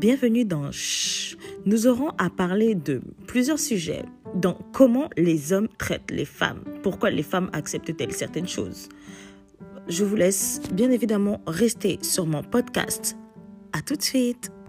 Bienvenue dans Chut. Nous aurons à parler de plusieurs sujets, dont comment les hommes traitent les femmes, pourquoi les femmes acceptent-elles certaines choses. Je vous laisse bien évidemment rester sur mon podcast. À tout de suite.